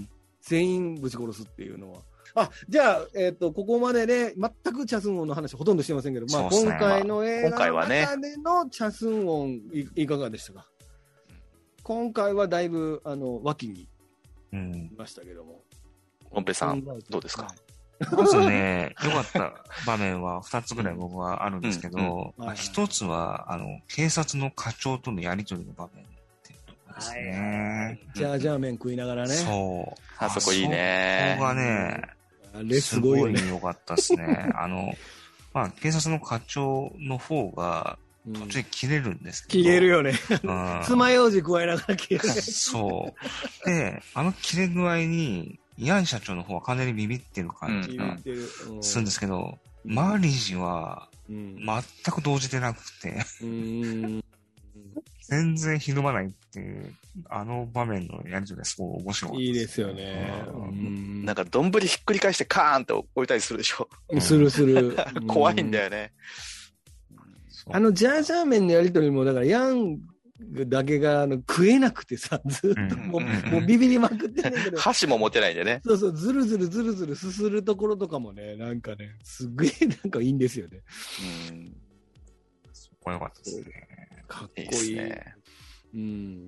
全員ぶち殺すっていうのは。あ、じゃあ、えっと、ここまでで全くチャスンウォンの話ほとんどしてませんけど、まあ、今回の映画の中でのチャスンウォン い, いかがでしたか？今回はだいぶあの脇にいましたけども。 ポンペさん、どうですか？ まずね、良かった場面はふたつぐらい僕はあるんですけど、ひとつは、あの、警察の課長とのやりとりの場面っていうところですね。 ジャージャー麺食いながらね。 そう。あそこいいね。 そこがね、 あれすごいよね。 すごい良かったですね。あの、まあ、警察の課長の方が、途中で切れるんですけど。 切れるよね。爪楊枝加えながら切れる。 そう。で、あの切れ具合に、イアン社長の方はかなりビビってる感じがするんですけど、うん、マーリー氏は、全く動じてなくて、うん、全然ひるまないっていう、あの場面のやりとりがすごい面白い。 いいですよね。 うん、なんか、丼ひっくり返してカーンって置いたりするでしょ。 するする。 怖いんだよね。 あのジャージャー麺のやりとりもだからヤンだけがあの食えなくてさ、ずっともう、うん、もうビビりまくってんだけど箸も持てないんでね。 そうそう、ずるずるずるずるすするところとかもね、なんかねすっげえなんかいいんですよね。 うん、そこ良かったですね。 かっこいい。いいですね。うん、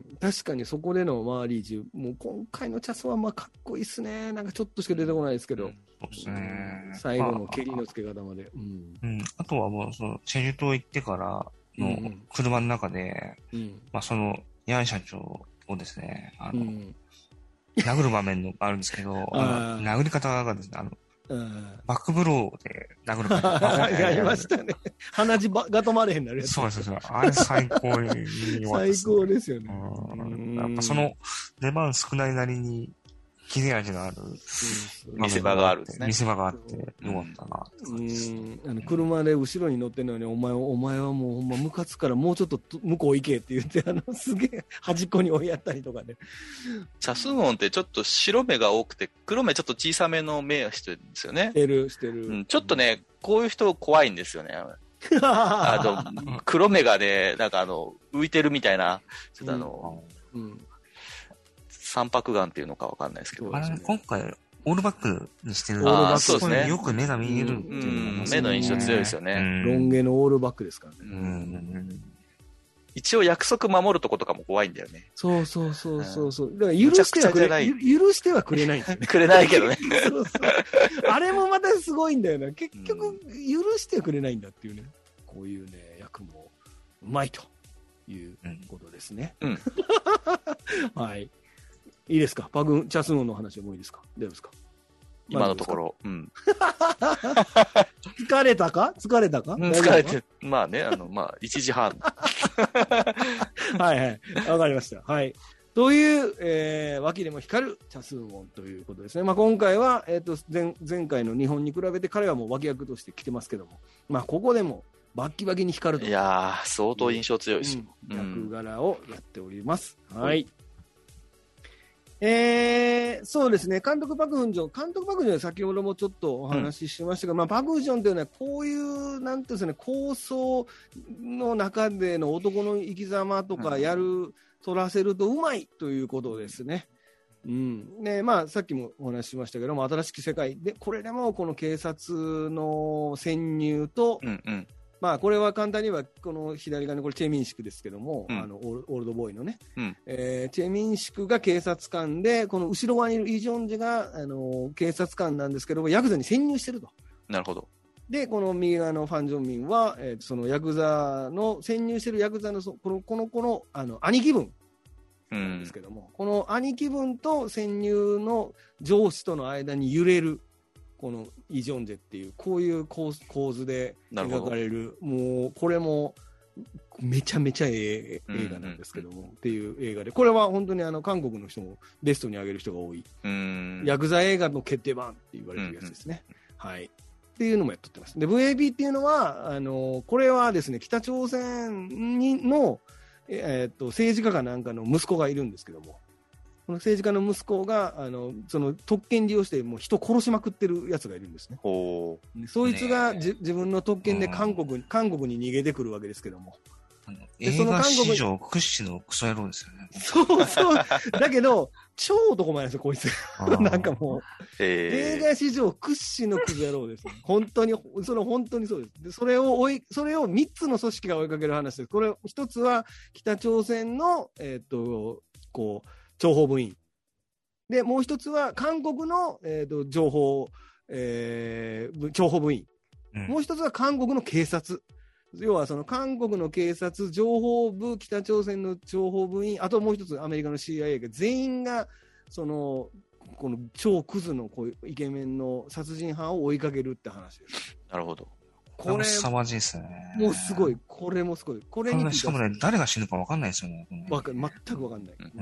確かにそこでのマーリージュ、もう今回のチャスはまあかっこいいっすね。なんかちょっとしか出てこないですけど、うん、 そうですね。 最後の蹴りのつけ方まで。 うん。うん、あとはもうそのチェジュ島行ってからの車の中で、うん、まあそのヤン社長をですね、あの、うん、殴る場面のあるんですけど、あの殴り方がですね、あの。うん、バックブローで殴るかやりましたね。鼻血が止まれへんなるやつ。 そうですそうです。あれ最高に良かったです、 ね。最高ですよね。 やっぱその出番少ないなりに切れ味のある、 うん、見せ場があるんですね。 見せ場があってよかったなって感じです。 あの車で後ろに乗ってるのに、お前はお前はもうほんまムカつからもうちょっと向こう行けって言って、あのすげえ端っこに追いやったりとかね。 チャスンウォンってちょっと白目が多くて、黒目ちょっと小さめの目をしてるんですよね。 してるしてる、 うん。ちょっとね、こういう人怖いんですよね。あの黒目がね、なんかあの浮いてるみたいな、ちょっとあの。うんうん三白眼っていうのかわかんないですけど。 あれ、今回、オールバックにしてる。 ああ、そうですね。 よく目が見えるっていうのが、 ね、目の印象強いですよね。 ロン毛のオールバックですからね。 うん、一応約束守るとことかも怖いんだよね。 そうそうそうそうそう。だから許してはくれない。許してはくれないんですよね。 くれないけどね。 そうそう。あれもまたすごいんだよな。結局、許してはくれないんだっていうね。こういうね、役もうまいということですね。うん。はい。いいですか、パグン、チャスンウォンの話はもういいですか、大丈夫ですか、 今のところ。うん。 疲れたか疲れたか、うん、 疲れて、まあね、あの、まあ、いちじはん。 はいはい。わかりました。はい。 という、えー、脇でも光るチャスンウォンということですね。まあ、今回は、えー、と 前, 前回の日本に比べて彼はもう脇役として来てますけども、まあ、ここでもバッキバキに光ると。 いやー、相当印象強いですよ。 うん、役柄をやっております。うん、はい。えー、そうですね、監督パク・フンジョン、監督パク・フンジョンは先ほどもちょっとお話ししましたが、うん、まあ、パク・フンジョンというのは、こういう、なんていうんですかね、構想の中での男の生き様とかやる、うん、取らせるとうまいということですね。うんねまあ、さっきもお話ししましたけども、新しき世界で、これでもこの警察の潜入と、 うんうんまあ、これは簡単にはこの左側のこれチェ・ミンシクですけども、 うん、 あのオールドボーイのね、 うんえー、チェ・ミンシクが警察官で、この後ろ側にいるイ・ジョンジェがあの警察官なんですけども、ヤクザに潜入してると。 なるほど。 で、この右側のファン・ジョンミンは、えー、そのヤクザの潜入してるヤクザのそこのこの子のあの兄貴分なんですけども、うん、この兄貴分と潜入の上司との間に揺れる。このイ・ジョンジェっていうこういう構図で描かれる、もうこれもめちゃめちゃええ映画なんですけども、うんうん、っていう映画で、これは本当にあの韓国の人もベストに上げる人が多い、 うん、 ヤクザ映画の決定版って言われるやつですね、うんうん、はいっていうのもやっとってます。で ブイエービー っていうのはあのこれはですね、北朝鮮にの、えー、っと政治家かなんかの息子がいるんですけども、この政治家の息子があのその特権利用してもう人殺しまくってるやつがいるんですね。 おそいつがじ自分の特権で韓国、うん、韓国に逃げてくるわけですけども、 で映画史上屈指のクソ野郎ですよね。 そうそうだけど超男前なんですよこいつなんかもう、えー、映画史上屈指のクソ野郎です、ね、本当にその本当にそうです。でそれを追いそれをみっつの組織が追いかける話です。これ一つは北朝鮮のえっ、ー、とこう諜報部員で、もう一つは韓国の、えー、と情報、えー、諜報部員、うん、もう一つは韓国の警察、要はその韓国の警察情報部、北朝鮮の情報部員、あともう一つアメリカの シーアイエー が全員がそのこの超クズのこうイケメンの殺人犯を追いかけるって話です。 なるほど。 これ凄まじいですね。 もうすごい、これもすごい。これにしかもね、誰が死ぬか分かんないですよね。 わかる、全く分かんない。うん、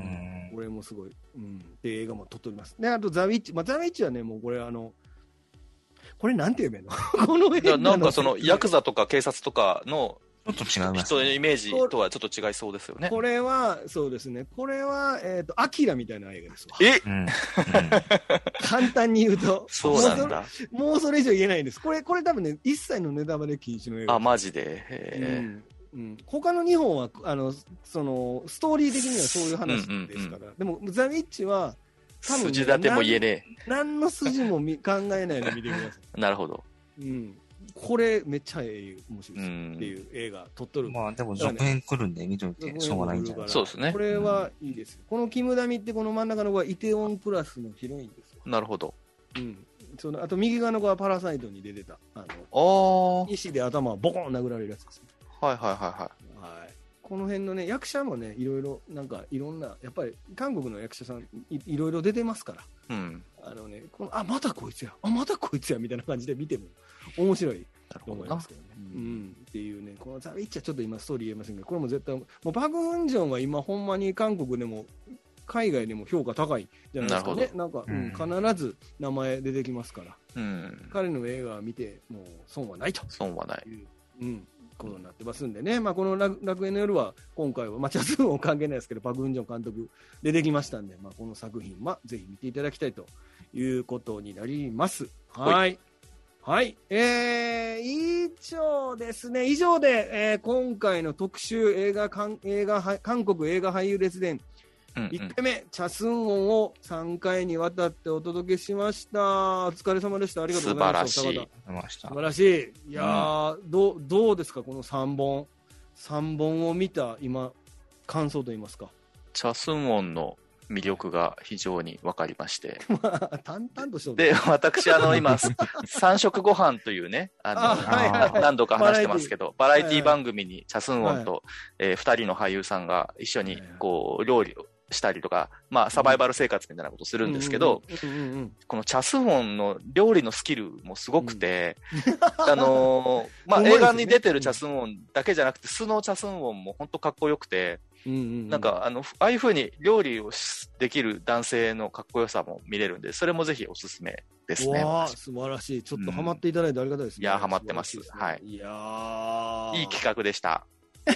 これもすごい。うん。で、映画も撮っております。で、あと、ザ・ウィッチ。まあ、ザ・ウィッチはね、もうこれ、あの、これなんて言えばいいのこの映画の。 なんかその、ヤクザとか警察とかの、 ちょっと違います、ね。 人のイメージとはちょっと違いそうですよね。 これは、そうですね。これは、えっ、ー、と、アキラみたいな映画ですわ。 え、 うんうん、 簡単に言うと。 そうなんだ。 もうそれ以上言えないんです。これ、これ多分ね、一切のネタバレ禁止の映画。 あ、マジで。へうんうん、他のにほんはあのそのストーリー的にはそういう話ですから、うんうんうん、でもザ・ウィッチは多分、ね、筋立ても言えねえ。 何の筋もみ考えないで見てください。なるほど。 うん、これめっちゃええ面白いですっていう映画撮っとる。 まあでも続編来るんで見といてしょうがないんじゃない。 そうですね。 これはいいです。このキムダミってこの真ん中の子はイテウォンクラスのヒロインですよ。 なるほど。 うん。そのあと右側の子はパラサイトに出てたあの石で頭をボコン殴られるやつですね。 はいはいはいはい。 はい。この辺のね役者もねいろいろなんかいろんなやっぱり韓国の役者さん い, いろいろ出てますから。 うん。 あのねこのあまたこいつやあまたこいつやみたいな感じで見ても面白いと思いますけどね。うん、うん、っていうねこのザ・ウィッチはちょっと今ストーリー言えませんけどこれも絶対もうパク・ウンジョンは今ほんまに韓国でも海外でも評価高いじゃないですかね。なんか、うん、必ず名前出てきますから、 うん、 彼の映画を見てもう損はないと損はない、 うん、ことになってますんでね、まあ、この楽園の夜は今回は、まあ、チャスーンは関係ないですけどパク・ウンジョン監督出てきましたんで、まあ、この作品はぜひ見ていただきたいということになります。はいはい、えー、以上ですね。以上で、えー、今回の特集映画韓映画韓国映画俳優列伝いっかいめ、チャスンウォンをさんかいにわたってお届けしました。お疲れ様でした。ありがとうございました。 素晴らしい。素晴らしい。いやー、うん、どう、どうですかこのさんぼん。さんぼんを見た今、感想といいますか。 チャスンウォンの魅力が非常に分かりまして。 淡々としてで、私、あの、今、三食ご飯というね、あの、あはいはいはい、何度か話してますけど、バラエティ番組にチャスンウォンと、はいえー、ふたりの俳優さんが一緒に、こう、料理を、したりとか、まあ、サバイバル生活みたいなことするんですけど、このチャスウォンの料理のスキルもすごくて、うん、あのー、まあ、映画に出てるチャスウォンだけじゃなくて、素のチャスウォンも本当かっこよくて、 うんうんうん、 なんかあの、ああいう風に料理をできる男性のかっこよさも見れるんで、それもぜひおすすめですね。 わー、素晴らしい。ちょっとハマっていただいてありがたいですね。 うん、いや、ハマってます。 すね、 はい。 いやー。 いい企画でした。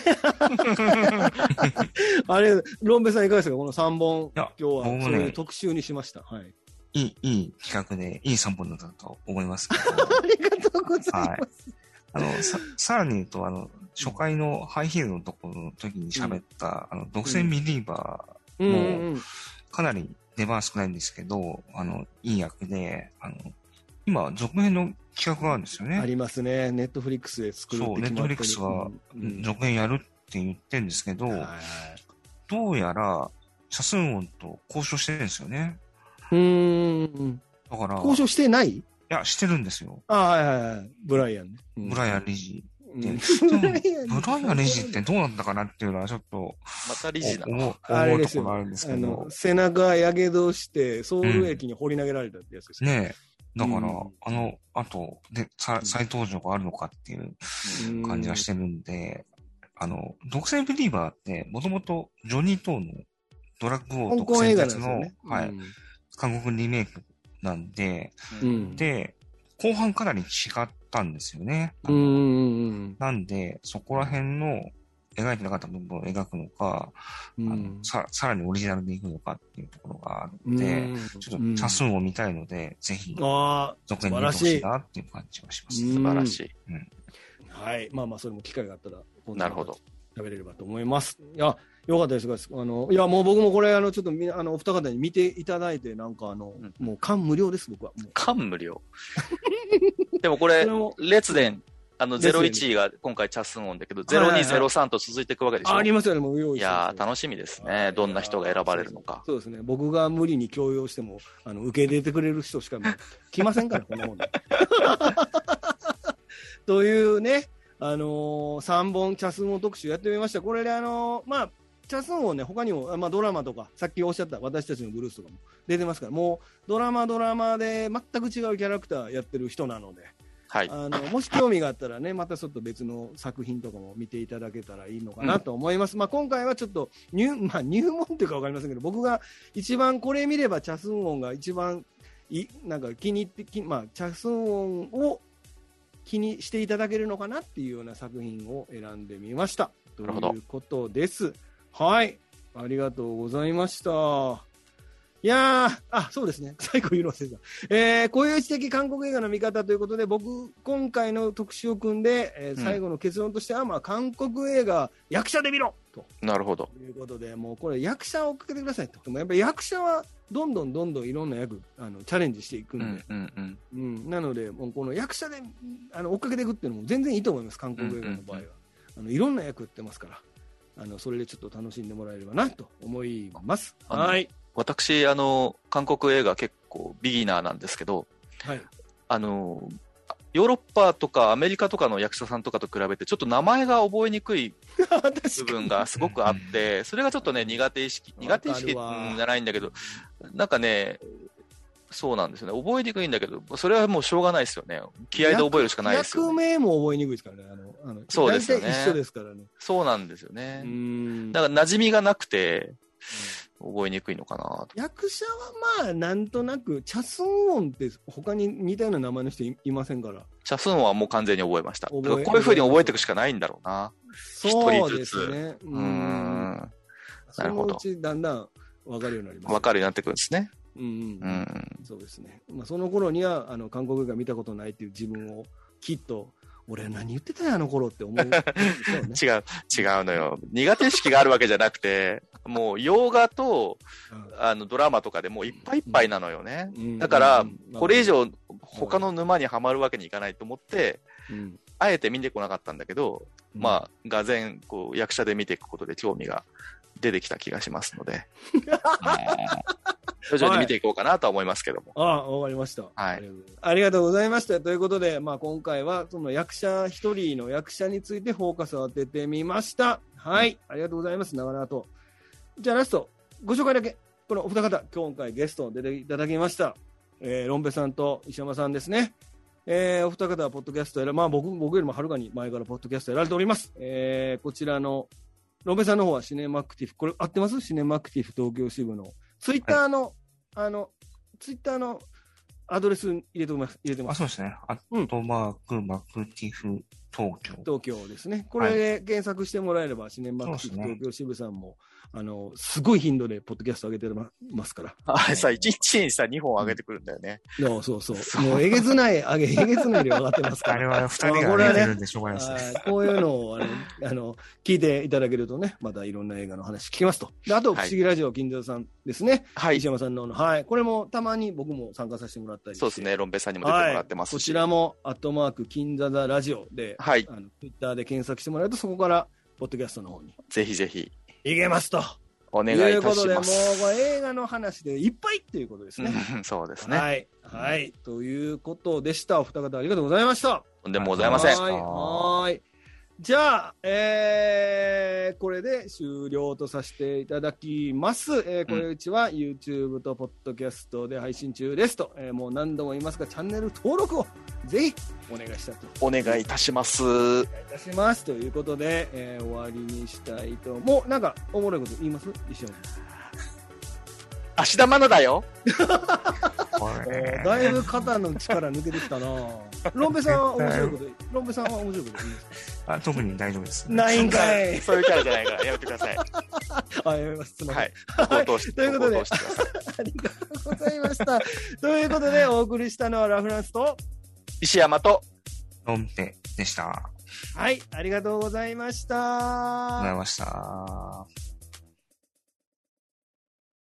あれ、ロンベさんいかがですかこのさんぼん、今日はね、 そういう特集にしました。はい。 いい、いい企画で、いいさんぼんだったと思いますけど。ありがとうございます。はい、 あの、さ、さらに言うと、あの、初回のハイヒールのところの時に喋った、うん、あの、独占ビリーバーも、かなり出番少ないんですけど、あの、いい役で、あの、今、続編の企画があるんですよね。 ありますね。ネットフリックスで作るって決まってる。 そう、ネットフリックスは続編やるって言ってるんですけど、うん、どうやら、チャスンウォンと交渉してるんですよね。 うーん。 だから。 交渉してない？いや、してるんですよ。 ああ、はいはいはい。ブライアンね。 うん、ブライアン理事。うん、ブライアン理事ってどうなんだかなっていうのはちょっと。 また理事なの？ 思う、思うところあるんですけど。あの、 背中やけどして、ソウル駅に放り投げられたってやつですね。 うん、ねえ。だから、うん、あの、あと、で、再登場があるのかっていう感じがしてるんで、うん、あの、独占ビリーバーって、もともとジョニー・トーのドラッグ王独占鉄の、ね、はい、うん、韓国リメイクなんで、うん、で、後半かなり違ったんですよね。うん、なんで、そこら辺の描いてなかった部分を描くのか、うん、あのさ、さらにオリジナルでいくのかっていうところがあるので、うん、ちょっとチャスンを見たいので、ぜひ、続編に見てほしいなっていう感じがします。 素晴らしい。 うん、はい。まあまあ、それも機会があったら、 なるほど。 食べれればと思います。いや、よかったです。あの、いや、もう僕もこれ、あの、ちょっとみ、あの、お二方に見ていただいて、なんかあの、うん、もう、感無量です、僕は。 感無量でもこれ、列伝、あの、ゼロいちが今回チャスンウォンだけど、ゼロに、ゼロさんと続いていくわけでしょ。 ありますよね、もう用意して。 いやー、楽しみですね。どんな人が選ばれるのか。 そうですね。僕が無理に強要しても、あの、受け入れてくれる人しか来ませんから、こんなもんで。というね、あのー、さんぼんチャスンウォン特集やってみました。これであのー、まあ、チャスンウォンね、他にも、まあ、ドラマとか、さっきおっしゃった私たちのブルースとかも出てますから、もうドラマドラマで全く違うキャラクターやってる人なので、 はい、 あのもし興味があったらね、またちょっと別の作品とかも見ていただけたらいいのかなと思います。うん、まあ、今回はちょっと入、まあ、入門というか分かりませんけど、僕が一番これ見ればチャスンウォンが一番いなんか気に入って、まあ、チャスンウォンを気にしていただけるのかなっていうような作品を選んでみましたということです。はい、ありがとうございました。いやー、あ、そうですね。最後言うの忘れた。えー、固有知的韓国映画の見方ということで、僕、今回の特集を組んで、えー、最後の結論としては、うん、まあ、韓国映画、役者で見ろと。 なるほど。 ということで、もうこれ、役者を追っかけてくださいと。でもやっぱり役者は、どんどんどんどんいろんな役、あの、チャレンジしていくんで。うんうんうんうん、なので、もうこの役者で、あの、追っかけていくっていうのも全然いいと思います、韓国映画の場合は。うんうんうん、あのいろんな役やってますから。あの、それでちょっと楽しんでもらえればなと思います。はい。 私、あの、韓国映画結構ビギナーなんですけど、 はい、 あの、ヨーロッパとかアメリカとかの役者さんとかと比べてちょっと名前が覚えにくい部分がすごくあってそれがちょっとね苦手意識苦手意識じゃないんだけどなんかねそうなんですよね覚えにくいんだけどそれはもうしょうがないですよね気合で覚えるしかないですよ、ね、 役名も覚えにくいですからねあのあのそうですよね大体一緒ですからねそうなんですよねだから馴染みがなくて、うん、覚えにくいのかなと役者はまあなんとなくチャスンウォンって他に似たような名前の人 い, いませんからチャスンウォンはもう完全に覚えましたこういう風に覚えていくしかないんだろうなそうですねうーんなるほどそのうちだんだん分かるようになります、 分かるようになってくるんですねうんうんうん、そうですね、まあ、その頃にはあの韓国映画見たことないっていう自分をきっと俺は何言ってたんやあの頃って思う、ね、 違う違うのよ苦手意識があるわけじゃなくてもう洋画と、うん、あのドラマとかでもういっぱいいっぱいなのよね、うん、だから、うん、これ以上他の沼にはまるわけにいかないと思って、うん、あえて見てこなかったんだけど、まあがぜんこう役者で見ていくことで興味が出てきた気がしますので徐々に見ていこうかなとは思いますけども。 はい、ああ、わかりました。 はい。 ありがとうございました。ということで、まあ今回はその役者一人の役者についてフォーカスを当ててみました。はい。ありがとうございます。長々と。じゃあラスト、ご紹介だけ。このお二方、今回ゲスト出ていただきました。えー、ロンベさんと石山さんですね。えー、お二方はポッドキャストやら、まあ僕、僕よりもはるかに前からポッドキャストやられております。えー、こちらのロベさんの方はシネマクティフ、これ合ってますシネマクティフ東京支部の。ツイッターの、はい、あの、ツイッターのアドレス入れてます。入れてます。 あ、そうですね。アットマーク、マクティフ東京。 東京ですね。これで検索してもらえれば、はい、シネマクティフ東京支部さんも、あの、すごい頻度でポッドキャスト上げてますから。 あれさ、いちにちにさ、にほん上げてくるんだよね。 そうそうそう。もうえげつない上げ、えげつない量上がってますから。 あれはふたりが上げてるんでしょうがないですね。 こういうのを、あの、あの、聞いていただけるとね、またいろんな映画の話聞きますと。で、あと、不思議ラジオ金澤さんですね。はい。石山さんの、はい。これもたまに僕も参加させてもらったりして。 そうですね。ロンベさんにも出てもらってますし。 はい、こちらも、アットマーク、金座座ラジオで、はい。あの、ツイッターで検索してもらうと、そこから、ポッドキャストの方に。 ぜひぜひ。 いけますと。 お願いいたします。 ということで、もう映画の話でいっぱいっていうことですね。 そうですね。 はい。はい。ということでした。お二方ありがとうございました。 とんでもございません。 はい。はい。じゃあ、えー、これで終了とさせていただきます。えー、これうちは YouTube と Podcast で配信中ですと、えー、もう何度も言いますが、チャンネル登録をぜひお願いしたと。 お願いいたします。 お願いいたします。ということで、えー、終わりにしたいと。もうなんかおもろいこと言います石山さん。 芦田愛菜だよ。 だいぶ肩の力抜けてきたな。ロンベさんは面白いこと、ロンベさんは面白いこといいですか？ あ、特に大丈夫です。 ないんかい。 そういうキャラじゃないからやめてください。 あ、やめます。すみません。 はい。ということで、 ありがとうございました。ということで、お送りしたのはラフランスと石山とロンペでした。 はい、ありがとうございました。 ありがとうございました。